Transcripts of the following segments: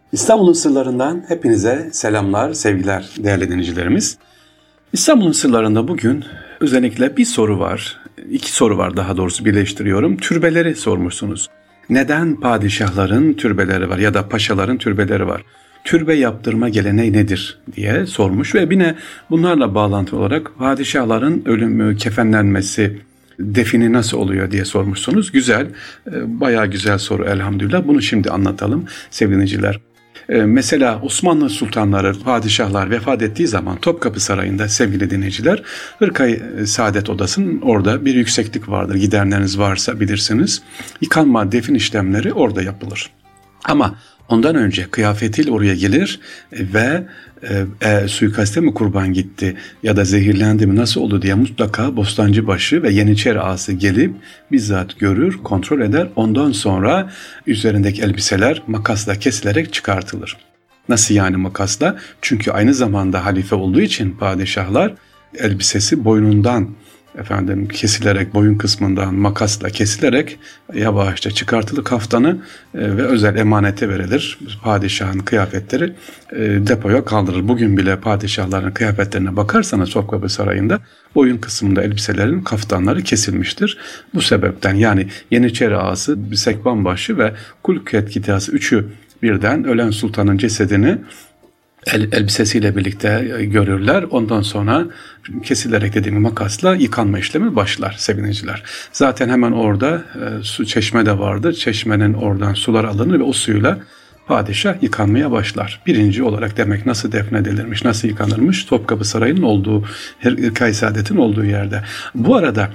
İstanbul'un sırlarından hepinize selamlar, sevgiler değerli dinleyicilerimiz. İstanbul'un sırlarında bugün özellikle bir soru var, iki soru var daha doğrusu birleştiriyorum. Türbeleri sormuşsunuz. Neden padişahların türbeleri var ya da paşaların türbeleri var? Türbe yaptırma geleneği nedir diye sormuş ve yine bunlarla bağlantılı olarak padişahların ölümü, kefenlenmesi, defini nasıl oluyor diye sormuşsunuz. Güzel, bayağı güzel soru elhamdülillah. Bunu şimdi anlatalım sevgili dinleyiciler. Mesela Osmanlı sultanları, padişahlar vefat ettiği zaman Topkapı Sarayı'nda sevgili dinleyiciler, Hırkayı Saadet Odası'nın orada bir yükseklik vardır. Gidenleriniz varsa bilirsiniz. Yıkanma, defin işlemleri orada yapılır. Ama ondan önce kıyafetiyle oraya gelir ve suikaste mi kurban gitti ya da zehirlendi mi nasıl oldu diye mutlaka Bostancıbaşı ve Yeniçeri ağası gelip bizzat görür, kontrol eder. Ondan sonra üzerindeki elbiseler makasla kesilerek çıkartılır. Nasıl yani makasla? Çünkü aynı zamanda halife olduğu için padişahlar elbisesi boynundan kesilerek, boyun kısmından makasla kesilerek yavaşça çıkartılır kaftanı ve özel emanete verilir. Padişahın kıyafetleri depoya kaldırılır. Bugün bile padişahların kıyafetlerine bakarsanız Topkapı Sarayı'nda boyun kısmında elbiselerin kaftanları kesilmiştir. Bu sebepten yani Yeniçeri ağası, Sekbanbaşı ve Kulkuyet Kitası üçü birden ölen sultanın cesedini elbisesiyle birlikte görürler. Ondan sonra kesilerek dediğim makasla yıkanma işlemi başlar sevgiliciler. Zaten hemen orada su çeşme de vardır. Çeşmenin oradan sular alınır ve o suyla padişah yıkanmaya başlar. Birinci olarak demek nasıl defnedilirmiş, nasıl yıkanırmış? Topkapı Sarayı'nın olduğu, Hırkayı Saadet'in olduğu yerde. Bu arada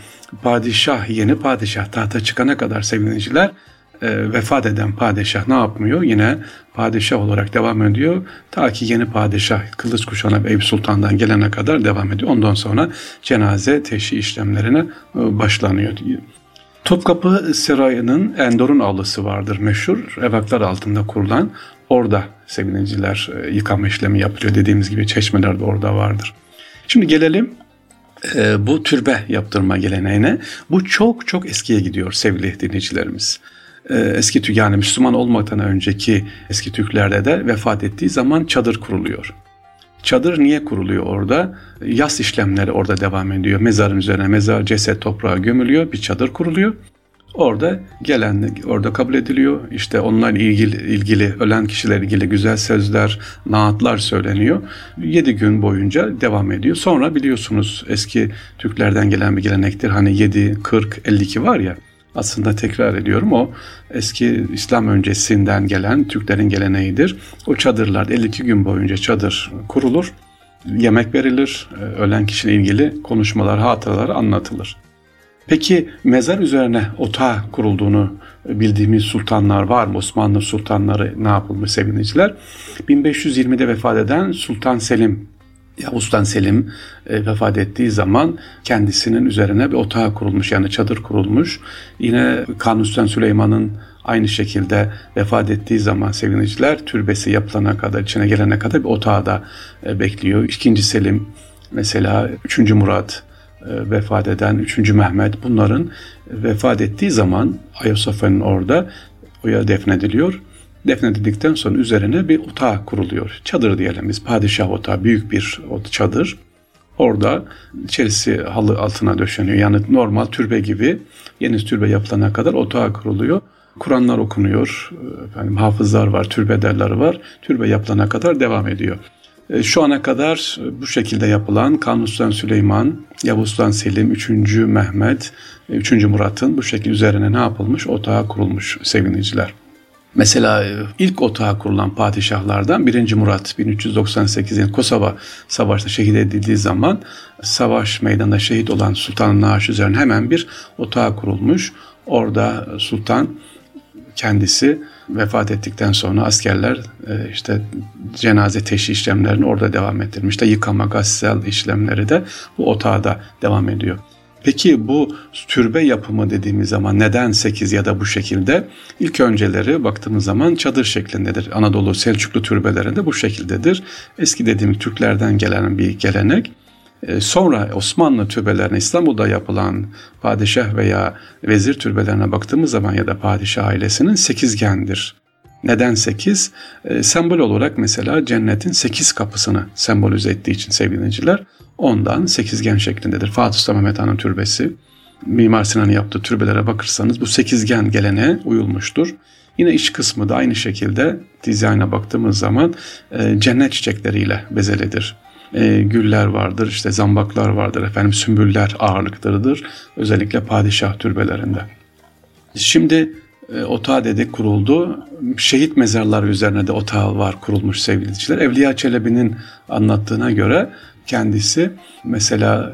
yeni padişah tahta çıkana kadar sevgiliciler, vefat eden padişah ne yapmıyor? Yine padişah olarak devam ediyor. Ta ki yeni padişah kılıç kuşanıp Eyüp Sultan'dan gelene kadar devam ediyor. Ondan sonra cenaze teşhi işlemlerine başlanıyor. Topkapı Sarayı'nın Endor'un avlusu vardır meşhur. Evaklar altında kurulan. Orada sevgiliciler yıkama işlemi yapılıyor. Dediğimiz gibi çeşmeler de orada vardır. Şimdi gelelim bu türbe yaptırma geleneğine. Bu çok çok eskiye gidiyor sevgili dinleyicilerimiz. Eski Türk yani Müslüman olmadan önceki eski Türklerde de vefat ettiği zaman çadır kuruluyor. Çadır niye kuruluyor orada? Yas işlemleri orada devam ediyor. Mezarın üzerine ceset toprağa gömülüyor. Bir çadır kuruluyor. Orada gelen orada kabul ediliyor. İşte onlarla ilgili ölen kişilerle ilgili güzel sözler, naatlar söyleniyor. 7 gün boyunca devam ediyor. Sonra biliyorsunuz eski Türklerden gelen bir gelenektir. Hani 7, 40, 52 var ya. Aslında tekrar ediyorum o eski İslam öncesinden gelen Türklerin geleneğidir. O çadırlarda 52 gün boyunca çadır kurulur, yemek verilir, ölen kişiyle ilgili konuşmalar, hatıralar anlatılır. Peki mezar üzerine otağı kurulduğunu bildiğimiz sultanlar var mı? Osmanlı sultanları ne yapılmış sevgiliciler? 1520'de vefat eden Sultan Selim, Yavuz Sultan Selim vefat ettiği zaman kendisinin üzerine bir otağı kurulmuş yani çadır kurulmuş. Yine Kanuni Sultan Süleyman'ın aynı şekilde vefat ettiği zaman sevgiliciler türbesi yapılana kadar, içine gelene kadar bir otağı da bekliyor. 2. Selim mesela 3. Murat vefat eden 3. Mehmet bunların vefat ettiği zaman Ayasofya'nın orada defnediliyor. Defnedildikten sonra üzerine bir otağı kuruluyor. Çadır diyelim biz. Padişah otağı, büyük bir çadır. Orada içerisi halı altına döşeniyor. Yani normal türbe gibi yeni türbe yapılana kadar otağı kuruluyor. Kur'anlar okunuyor. Hafızlar var, türbederleri var. Türbe yapılana kadar devam ediyor. Şu ana kadar bu şekilde yapılan Kanuni Sultan Süleyman, Yavuz Sultan Selim, 3. Mehmet, 3. Murat'ın bu şekilde üzerine ne yapılmış? Otağı kurulmuş sevgili dinleyiciler. Mesela ilk otağı kurulan padişahlardan 1. Murat 1398'in Kosova Savaşı'nda şehit edildiği zaman savaş meydanında şehit olan Sultan'ın naaşı üzerine hemen bir otağı kurulmuş. Orada sultan kendisi vefat ettikten sonra askerler işte cenaze teşhi işlemlerini orada devam ettirmiş. Yıkama, gassel işlemleri de bu otağda devam ediyor. Peki bu türbe yapımı dediğimiz zaman neden 8 ya da bu şekilde? İlk önceleri baktığımız zaman çadır şeklindedir. Anadolu Selçuklu türbelerinde bu şekildedir. Eski dediğim Türklerden gelen bir gelenek. Sonra Osmanlı türbelerine, İstanbul'da yapılan padişah veya vezir türbelerine baktığımız zaman ya da padişah ailesinin sekizgendir. Neden 8? Sembol olarak mesela cennetin 8 kapısını sembolize ettiği için sevgili dinleyiciler, ondan sekizgen şeklindedir. Fatih Sultan Mehmet Han'ın türbesi, Mimar Sinan'ın yaptığı türbelere bakırsanız bu sekizgen geleneğe uyulmuştur. Yine iç kısmı da aynı şekilde dizayn'a baktığımız zaman cennet çiçekleriyle bezelidir. Güller vardır, işte zambaklar vardır, sümbüller ağırlıktadır. Özellikle padişah türbelerinde. Şimdi otağı dedik kuruldu. Şehit mezarları üzerine de otağı var kurulmuş sevgili dinleyiciler. Evliya Çelebi'nin anlattığına göre kendisi mesela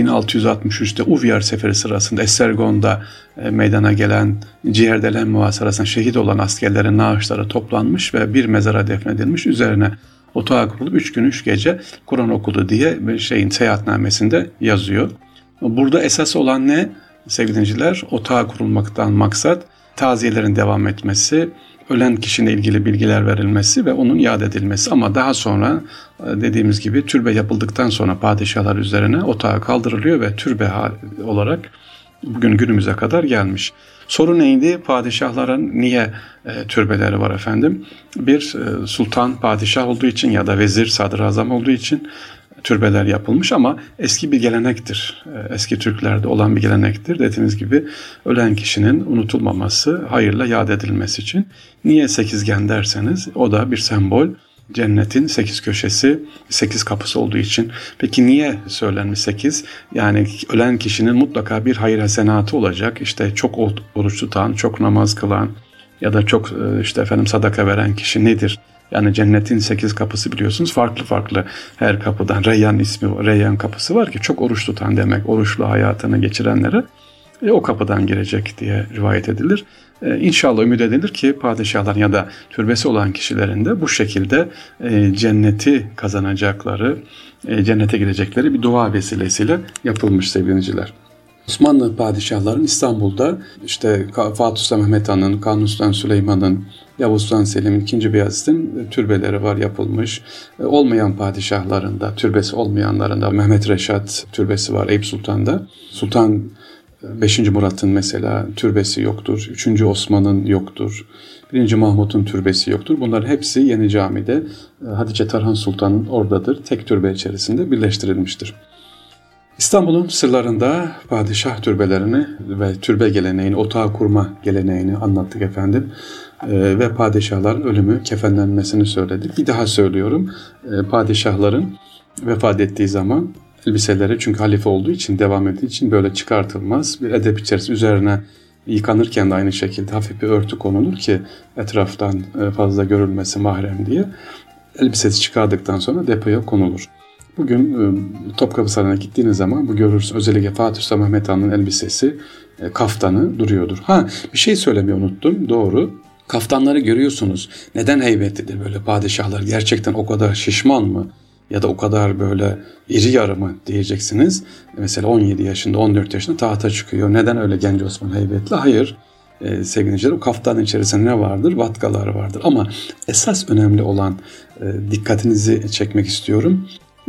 1663'te Uviyar Seferi sırasında Esergon'da meydana gelen ciğerdelen muhasarasında şehit olan askerlerin naaşları toplanmış ve bir mezara defnedilmiş. Üzerine otağı kurulup 3 gün 3 gece Kur'an okudu diye bir seyahatnamesinde yazıyor. Burada esas olan ne sevgili dinleyiciler? Otağı kurulmaktan maksat taziyelerin devam etmesi, ölen kişiyle ilgili bilgiler verilmesi ve onun yad edilmesi. Ama daha sonra dediğimiz gibi türbe yapıldıktan sonra padişahlar üzerine otağı kaldırılıyor ve türbe olarak bugün günümüze kadar gelmiş. Soru neydi? Padişahların niye türbeleri var efendim? Bir sultan padişah olduğu için ya da vezir sadrazam olduğu için türbeler yapılmış ama eski bir gelenektir. Eski Türklerde olan bir gelenektir. Dediğimiz gibi ölen kişinin unutulmaması, hayırla yad edilmesi için. Niye sekizgen derseniz o da bir sembol. Cennetin 8 köşesi, 8 kapısı olduğu için. Peki niye söylenmiş 8? Yani ölen kişinin mutlaka bir hayır hasenatı olacak. İşte çok oruç tutan, çok namaz kılan ya da çok sadaka veren kişi nedir? Yani cennetin 8 kapısı biliyorsunuz farklı farklı her kapıdan. Reyyan ismi var. Reyyan kapısı var ki çok oruç tutan demek. Oruçlu hayatını geçirenlere o kapıdan girecek diye rivayet edilir. İnşallah ümit edilir ki padişahların ya da türbesi olan kişilerin de bu şekilde cenneti kazanacakları, cennete girecekleri bir dua vesilesiyle yapılmış sevgili dinleyiciler. Osmanlı padişahların İstanbul'da işte Fatih Sultan Mehmet Han'ın, Kanuni Sultan Süleyman'ın, Yavuz Sultan Selim'in, 2. Beyazıt'ın türbeleri var yapılmış. Olmayan padişahların da, türbesi olmayanların da Mehmet Reşat türbesi var Eyüp Sultan'da. Sultan 5. Murat'ın mesela türbesi yoktur. 3. Osman'ın yoktur. 1. Mahmut'un türbesi yoktur. Bunların hepsi Yeni Cami'de Hatice Tarhan Sultan'ın oradadır. Tek türbe içerisinde birleştirilmiştir. İstanbul'un sırlarında padişah türbelerini ve türbe geleneğini, otağı kurma geleneğini anlattık efendim. Ve padişahların ölümü, kefenlenmesini söyledik. Bir daha söylüyorum. Padişahların vefat ettiği zaman elbiseleri, çünkü halife olduğu için, devam ettiği için böyle çıkartılmaz. Bir edep içerisinde üzerine yıkanırken de aynı şekilde hafif bir örtü konulur ki etraftan fazla görülmesi mahrem diye. Elbisesi çıkardıktan sonra depoya konulur. Bugün Topkapı Sarayı'na gittiğiniz zaman bu görürsünüz. Özellikle Fatih Sultan Mehmet Han'ın elbisesi, kaftanı duruyordur. Bir şey söylemeyi unuttum. Doğru. Kaftanları görüyorsunuz. Neden heybetlidir böyle padişahlar? Gerçekten o kadar şişman mı? Ya da o kadar böyle iri yarı mı diyeceksiniz. Mesela 17 yaşında, 14 yaşında tahta çıkıyor. Neden öyle genç Osman heybetli? Hayır. Sevgili dinleyiciler, o kaftanın içerisinde ne vardır? Vatkalar vardır. Ama esas önemli olan, dikkatinizi çekmek istiyorum.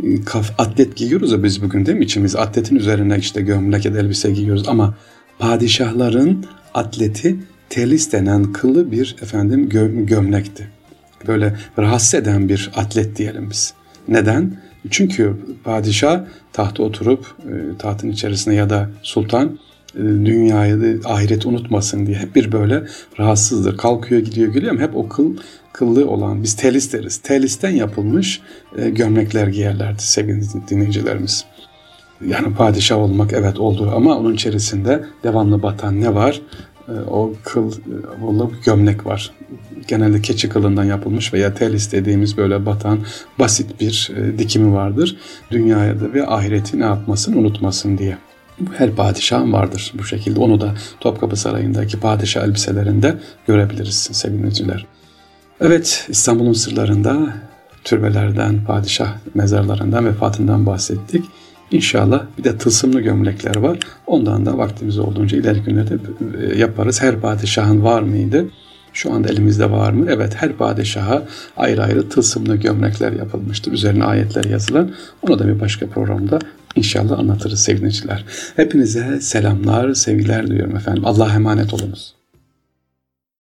Atlet giyiyoruz ya biz bugün, değil mi? İçimiz atletin üzerine işte gömlek ya da elbise giyiyoruz ama padişahların atleti telis denen kıllı bir gömlekti. Böyle rahatsız eden bir atlet diyelim biz. Neden? Çünkü padişah tahta oturup tahtın içerisine ya da sultan dünyayı, ahireti unutmasın diye hep bir böyle rahatsızdır. Kalkıyor, gidiyor, geliyor ama hep o kıllı olan, biz telis deriz. Telisten yapılmış gömlekler giyerlerdi sevgili dinleyicilerimiz. Yani padişah olmak evet oldu ama onun içerisinde devamlı batan ne var? O kıllı gömlek var. Genelde keçi kılından yapılmış veya telis dediğimiz böyle batan basit bir dikimi vardır. Dünyaya da ve ahireti ne yapmasın, unutmasın diye. Her padişahın vardır bu şekilde. Onu da Topkapı Sarayı'ndaki padişah elbiselerinde görebiliriz sevgili dinleyiciler. Evet, İstanbul'un sırlarında türbelerden, padişah mezarlarından, vefatından bahsettik. İnşallah bir de tılsımlı gömlekler var. Ondan da vaktimiz olduğunca ileriki günlerde yaparız. Her padişahın var mıydı? Şu anda elimizde var mı? Evet, her padişaha ayrı ayrı tılsımlı gömlekler yapılmıştır. Üzerine ayetler yazılan. Onu da bir başka programda İnşallah anlatırız sevgili dinleyiciler. Hepinize selamlar, sevgiler diliyorum efendim. Allah'a emanet olunuz.